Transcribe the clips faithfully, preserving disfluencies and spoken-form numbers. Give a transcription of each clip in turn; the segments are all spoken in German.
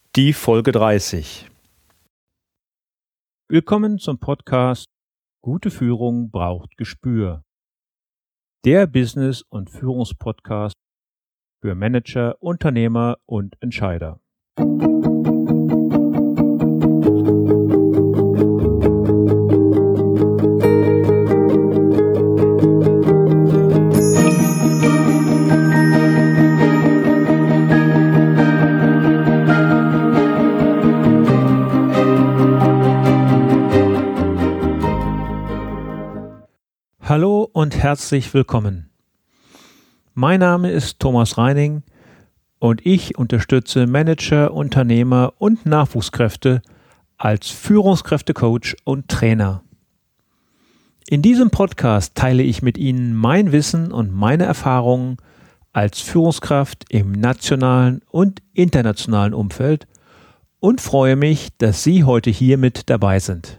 Die Folge dreißig. Willkommen zum Podcast Gute Führung braucht Gespür. Der Business- und Führungspodcast für Manager, Unternehmer und Entscheider. Hallo und herzlich willkommen. Mein Name ist Thomas Reining und ich unterstütze Manager, Unternehmer und Nachwuchskräfte als Führungskräftecoach und Trainer. In diesem Podcast teile ich mit Ihnen mein Wissen und meine Erfahrungen als Führungskraft im nationalen und internationalen Umfeld und freue mich, dass Sie heute hier mit dabei sind.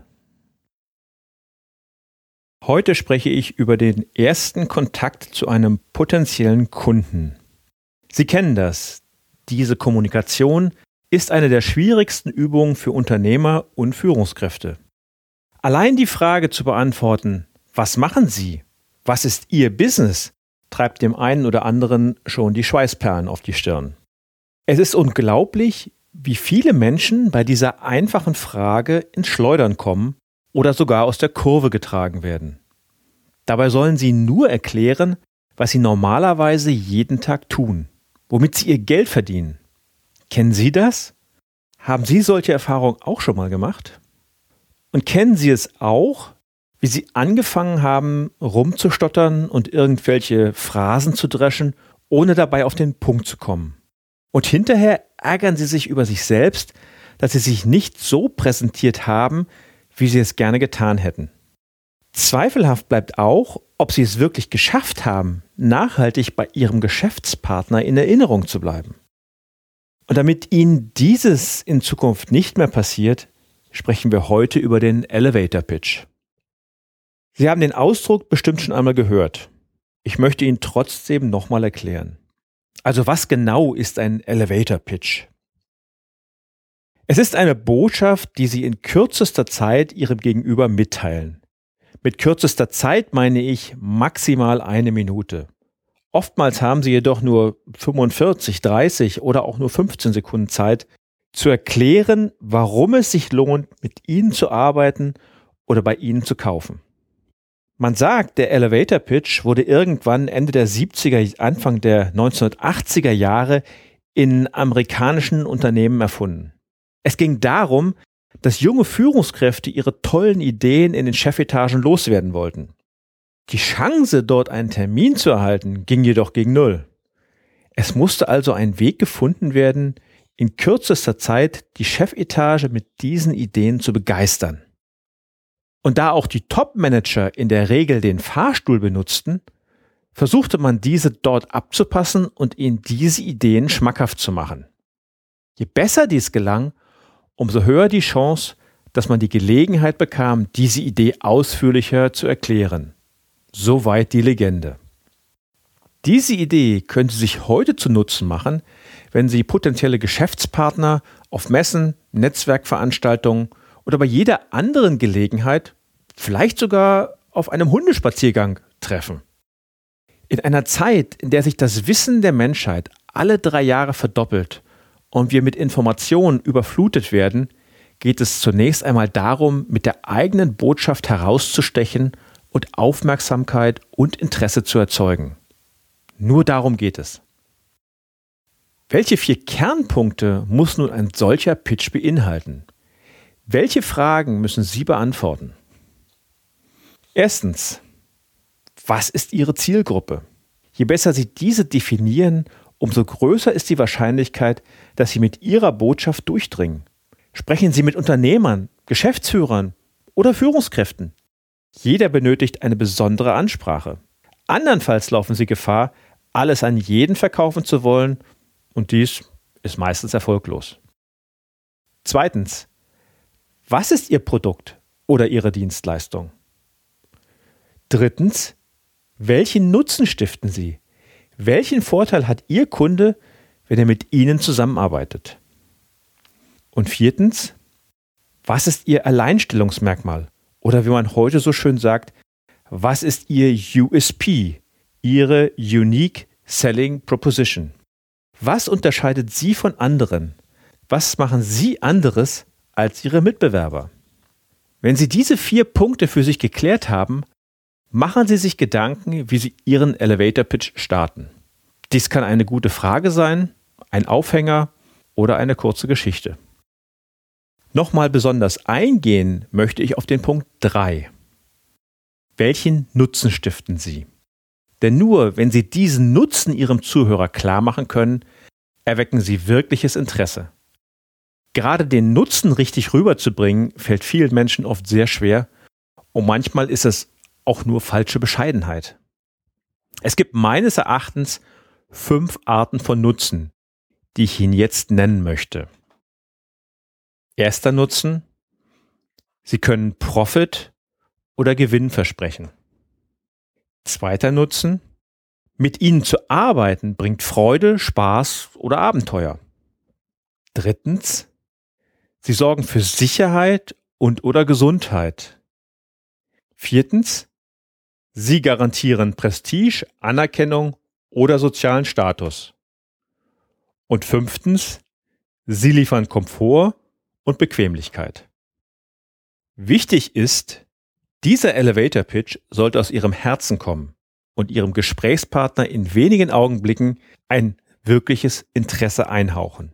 Heute spreche ich über den ersten Kontakt zu einem potenziellen Kunden. Sie kennen das. Diese Kommunikation ist eine der schwierigsten Übungen für Unternehmer und Führungskräfte. Allein die Frage zu beantworten, was machen Sie? Was ist Ihr Business? Treibt dem einen oder anderen schon die Schweißperlen auf die Stirn. Es ist unglaublich, wie viele Menschen bei dieser einfachen Frage ins Schleudern kommen oder sogar aus der Kurve getragen werden. Dabei sollen sie nur erklären, was sie normalerweise jeden Tag tun, womit sie ihr Geld verdienen. Kennen Sie das? Haben Sie solche Erfahrungen auch schon mal gemacht? Und kennen Sie es auch, wie Sie angefangen haben, rumzustottern und irgendwelche Phrasen zu dreschen, ohne dabei auf den Punkt zu kommen? Und hinterher ärgern Sie sich über sich selbst, dass Sie sich nicht so präsentiert haben, wie Sie es gerne getan hätten. Zweifelhaft bleibt auch, ob Sie es wirklich geschafft haben, nachhaltig bei Ihrem Geschäftspartner in Erinnerung zu bleiben. Und damit Ihnen dieses in Zukunft nicht mehr passiert, sprechen wir heute über den Elevator Pitch. Sie haben den Ausdruck bestimmt schon einmal gehört. Ich möchte ihn trotzdem nochmal erklären. Also was genau ist ein Elevator Pitch? Es ist eine Botschaft, die Sie in kürzester Zeit Ihrem Gegenüber mitteilen. Mit kürzester Zeit meine ich maximal eine Minute. Oftmals haben Sie jedoch nur fünfundvierzig, dreißig oder auch nur fünfzehn Sekunden Zeit, zu erklären, warum es sich lohnt, mit Ihnen zu arbeiten oder bei Ihnen zu kaufen. Man sagt, der Elevator Pitch wurde irgendwann Ende der siebziger, Anfang der neunzehnhundertachtziger Jahre in amerikanischen Unternehmen erfunden. Es ging darum, dass junge Führungskräfte ihre tollen Ideen in den Chefetagen loswerden wollten. Die Chance, dort einen Termin zu erhalten, ging jedoch gegen Null. Es musste also ein Weg gefunden werden, in kürzester Zeit die Chefetage mit diesen Ideen zu begeistern. Und da auch die Top-Manager in der Regel den Fahrstuhl benutzten, versuchte man diese dort abzupassen und ihnen diese Ideen schmackhaft zu machen. Je besser dies gelang, umso höher die Chance, dass man die Gelegenheit bekam, diese Idee ausführlicher zu erklären. Soweit die Legende. Diese Idee können Sie sich heute zu Nutzen machen, wenn Sie potenzielle Geschäftspartner auf Messen, Netzwerkveranstaltungen oder bei jeder anderen Gelegenheit, vielleicht sogar auf einem Hundespaziergang, treffen. In einer Zeit, in der sich das Wissen der Menschheit alle drei Jahre verdoppelt und wir mit Informationen überflutet werden, geht es zunächst einmal darum, mit der eigenen Botschaft herauszustechen und Aufmerksamkeit und Interesse zu erzeugen. Nur darum geht es. Welche vier Kernpunkte muss nun ein solcher Pitch beinhalten? Welche Fragen müssen Sie beantworten? Erstens, was ist Ihre Zielgruppe? Je besser Sie diese definieren, umso größer ist die Wahrscheinlichkeit, dass Sie mit Ihrer Botschaft durchdringen. Sprechen Sie mit Unternehmern, Geschäftsführern oder Führungskräften. Jeder benötigt eine besondere Ansprache. Andernfalls laufen Sie Gefahr, alles an jeden verkaufen zu wollen, und dies ist meistens erfolglos. Zweitens, was ist Ihr Produkt oder Ihre Dienstleistung? Drittens, welchen Nutzen stiften Sie? Welchen Vorteil hat Ihr Kunde, wenn er mit Ihnen zusammenarbeitet? Und viertens, was ist Ihr Alleinstellungsmerkmal? Oder wie man heute so schön sagt, was ist Ihr U S P, Ihre Unique Selling Proposition? Was unterscheidet Sie von anderen? Was machen Sie anderes als Ihre Mitbewerber? Wenn Sie diese vier Punkte für sich geklärt haben, machen Sie sich Gedanken, wie Sie Ihren Elevator Pitch starten. Dies kann eine gute Frage sein, ein Aufhänger oder eine kurze Geschichte. Nochmal besonders eingehen möchte ich auf den Punkt drei. Welchen Nutzen stiften Sie? Denn nur wenn Sie diesen Nutzen Ihrem Zuhörer klar machen können, erwecken Sie wirkliches Interesse. Gerade den Nutzen richtig rüberzubringen, fällt vielen Menschen oft sehr schwer und manchmal ist es auch nur falsche Bescheidenheit. Es gibt meines Erachtens fünf Arten von Nutzen, die ich Ihnen jetzt nennen möchte. Erster Nutzen: Sie können Profit oder Gewinn versprechen. Zweiter Nutzen: Mit Ihnen zu arbeiten bringt Freude, Spaß oder Abenteuer. Drittens: Sie sorgen für Sicherheit und oder Gesundheit. Viertens: Sie garantieren Prestige, Anerkennung oder sozialen Status. Und fünftens: Sie liefern Komfort und Bequemlichkeit. Wichtig ist, dieser Elevator Pitch sollte aus Ihrem Herzen kommen und Ihrem Gesprächspartner in wenigen Augenblicken ein wirkliches Interesse einhauchen.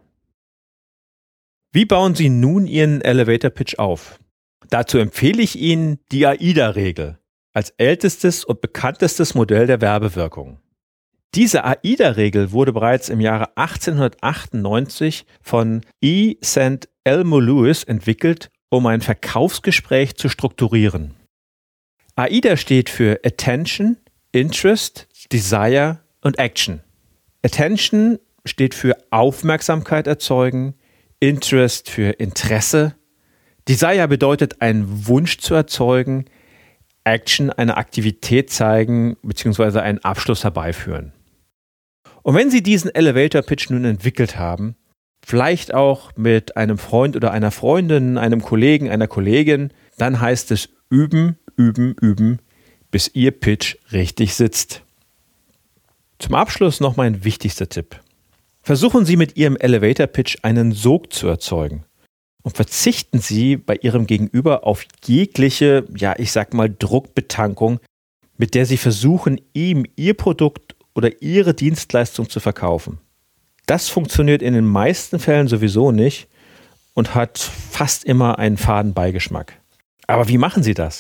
Wie bauen Sie nun Ihren Elevator Pitch auf? Dazu empfehle ich Ihnen die AIDA-Regel als ältestes und bekanntestes Modell der Werbewirkung. Diese AIDA-Regel wurde bereits im Jahre achtzehnhundertachtundneunzig von E. Saint Elmo Lewis entwickelt, um ein Verkaufsgespräch zu strukturieren. AIDA steht für Attention, Interest, Desire und Action. Attention steht für Aufmerksamkeit erzeugen, Interest für Interesse, Desire bedeutet einen Wunsch zu erzeugen, Action eine Aktivität zeigen bzw. einen Abschluss herbeiführen. Und wenn Sie diesen Elevator Pitch nun entwickelt haben, vielleicht auch mit einem Freund oder einer Freundin, einem Kollegen, einer Kollegin, dann heißt es üben, üben, üben, bis Ihr Pitch richtig sitzt. Zum Abschluss noch mein wichtigster Tipp. Versuchen Sie mit Ihrem Elevator Pitch einen Sog zu erzeugen und verzichten Sie bei Ihrem Gegenüber auf jegliche, ja ich sag mal Druckbetankung, mit der Sie versuchen, ihm Ihr Produkt oder Ihre Dienstleistung zu verkaufen. Das funktioniert in den meisten Fällen sowieso nicht und hat fast immer einen faden Beigeschmack. Aber wie machen Sie das?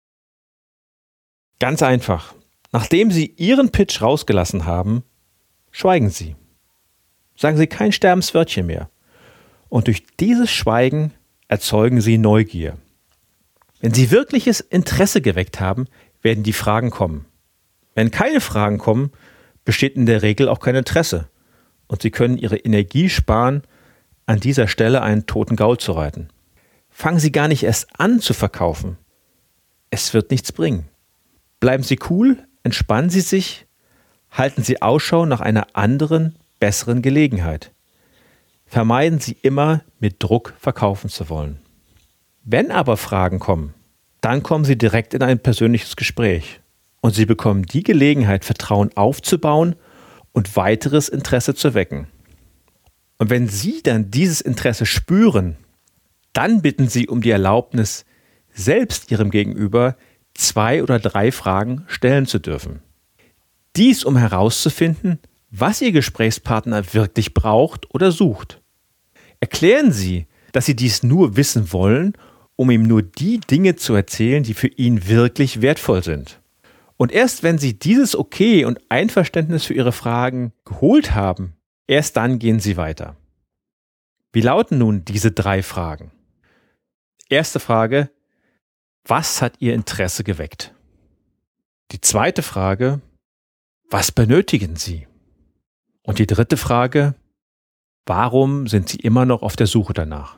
Ganz einfach. Nachdem Sie Ihren Pitch rausgelassen haben, schweigen Sie. Sagen Sie kein Sterbenswörtchen mehr. Und durch dieses Schweigen erzeugen Sie Neugier. Wenn Sie wirkliches Interesse geweckt haben, werden die Fragen kommen. Wenn keine Fragen kommen, besteht in der Regel auch kein Interesse. Und Sie können Ihre Energie sparen, an dieser Stelle einen toten Gaul zu reiten. Fangen Sie gar nicht erst an zu verkaufen. Es wird nichts bringen. Bleiben Sie cool, entspannen Sie sich, halten Sie Ausschau nach einer anderen, besseren Gelegenheit. Vermeiden Sie immer, mit Druck verkaufen zu wollen. Wenn aber Fragen kommen, dann kommen Sie direkt in ein persönliches Gespräch und Sie bekommen die Gelegenheit, Vertrauen aufzubauen und weiteres Interesse zu wecken. Und wenn Sie dann dieses Interesse spüren, dann bitten Sie um die Erlaubnis, selbst Ihrem Gegenüber zwei oder drei Fragen stellen zu dürfen. Dies, um herauszufinden, was Ihr Gesprächspartner wirklich braucht oder sucht. Erklären Sie, dass Sie dies nur wissen wollen, um ihm nur die Dinge zu erzählen, die für ihn wirklich wertvoll sind. Und erst wenn Sie dieses Okay und Einverständnis für Ihre Fragen geholt haben, erst dann gehen Sie weiter. Wie lauten nun diese drei Fragen? Erste Frage: Was hat Ihr Interesse geweckt? Die zweite Frage: Was benötigen Sie? Und die dritte Frage: Warum sind Sie immer noch auf der Suche danach?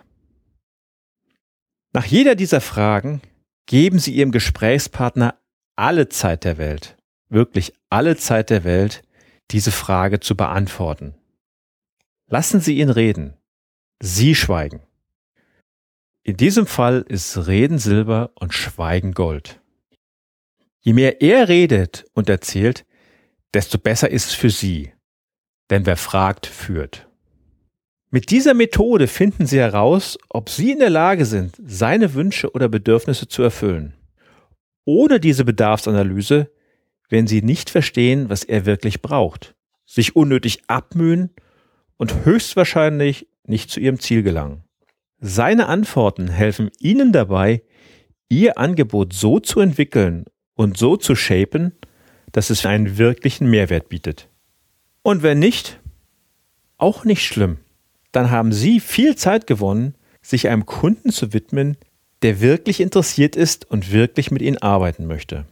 Nach jeder dieser Fragen geben Sie Ihrem Gesprächspartner alle Zeit der Welt, wirklich alle Zeit der Welt, diese Frage zu beantworten. Lassen Sie ihn reden. Sie schweigen. In diesem Fall ist Reden Silber und Schweigen Gold. Je mehr er redet und erzählt, desto besser ist es für Sie. Denn wer fragt, führt. Mit dieser Methode finden Sie heraus, ob Sie in der Lage sind, seine Wünsche oder Bedürfnisse zu erfüllen. Ohne diese Bedarfsanalyse werden Sie nicht verstehen, was er wirklich braucht, sich unnötig abmühen und höchstwahrscheinlich nicht zu Ihrem Ziel gelangen. Seine Antworten helfen Ihnen dabei, Ihr Angebot so zu entwickeln und so zu shapen, dass es einen wirklichen Mehrwert bietet. Und wenn nicht, auch nicht schlimm. Dann haben Sie viel Zeit gewonnen, sich einem Kunden zu widmen, der wirklich interessiert ist und wirklich mit Ihnen arbeiten möchte.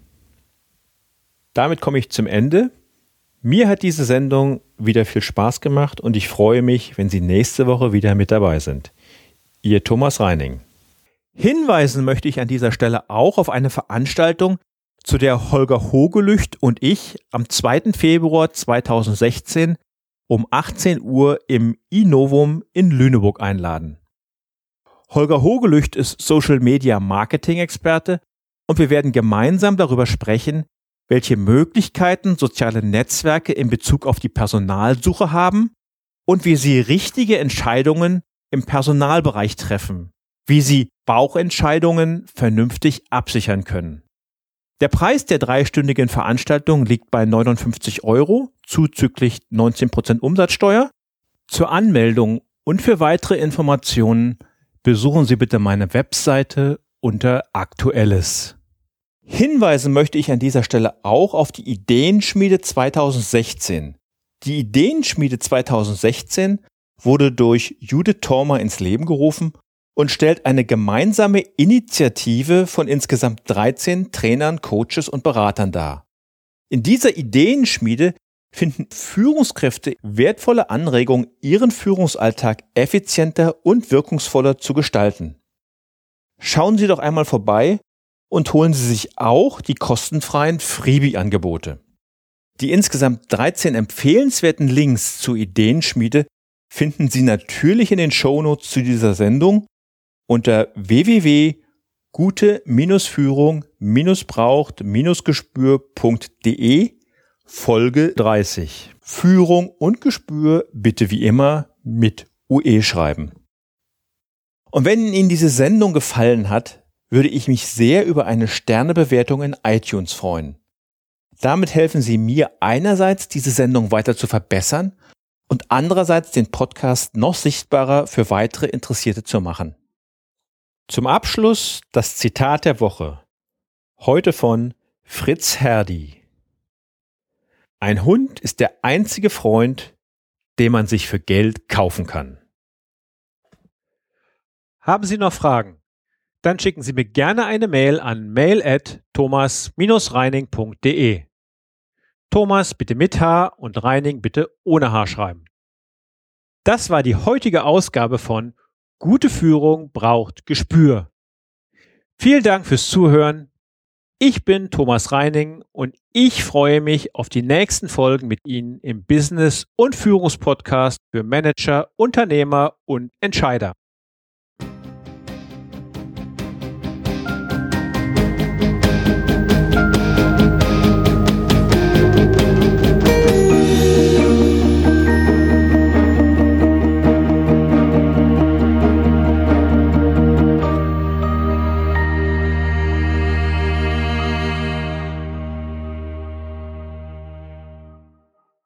Damit komme ich zum Ende. Mir hat diese Sendung wieder viel Spaß gemacht und ich freue mich, wenn Sie nächste Woche wieder mit dabei sind. Ihr Thomas Reining. Hinweisen möchte ich an dieser Stelle auch auf eine Veranstaltung, zu der Holger Hogelücht und ich am zweiten Februar zweitausendsechzehn um achtzehn Uhr im iNovum in Lüneburg einladen. Holger Hogelücht ist Social Media Marketing Experte und wir werden gemeinsam darüber sprechen, welche Möglichkeiten soziale Netzwerke in Bezug auf die Personalsuche haben und wie Sie richtige Entscheidungen im Personalbereich treffen, wie Sie Bauchentscheidungen vernünftig absichern können. Der Preis der dreistündigen Veranstaltung liegt bei neunundfünfzig Euro, zuzüglich neunzehn Prozent Umsatzsteuer. Zur Anmeldung und für weitere Informationen besuchen Sie bitte meine Webseite unter Aktuelles. Hinweisen möchte ich an dieser Stelle auch auf die Ideenschmiede zweitausendsechzehn. Die Ideenschmiede zweitausendsechzehn wurde durch Judith Thormer ins Leben gerufen und stellt eine gemeinsame Initiative von insgesamt dreizehn Trainern, Coaches und Beratern dar. In dieser Ideenschmiede finden Führungskräfte wertvolle Anregungen, ihren Führungsalltag effizienter und wirkungsvoller zu gestalten. Schauen Sie doch einmal vorbei und holen Sie sich auch die kostenfreien Freebie-Angebote. Die insgesamt dreizehn empfehlenswerten Links zur Ideenschmiede finden Sie natürlich in den Shownotes zu dieser Sendung unter w w w punkt gute Führung braucht Gespür punkt d e Folge dreißig. Führung und Gespür bitte wie immer mit U E schreiben. Und wenn Ihnen diese Sendung gefallen hat, würde ich mich sehr über eine Sternebewertung in iTunes freuen. Damit helfen Sie mir einerseits, diese Sendung weiter zu verbessern und andererseits den Podcast noch sichtbarer für weitere Interessierte zu machen. Zum Abschluss das Zitat der Woche. Heute von Fritz Herdy. Ein Hund ist der einzige Freund, den man sich für Geld kaufen kann. Haben Sie noch Fragen? Dann schicken Sie mir gerne eine Mail an mail at thomas reining punkt d e. Thomas bitte mit H und Reining bitte ohne H schreiben. Das war die heutige Ausgabe von Gute Führung braucht Gespür. Vielen Dank fürs Zuhören. Ich bin Thomas Reining und ich freue mich auf die nächsten Folgen mit Ihnen im Business- und Führungspodcast für Manager, Unternehmer und Entscheider.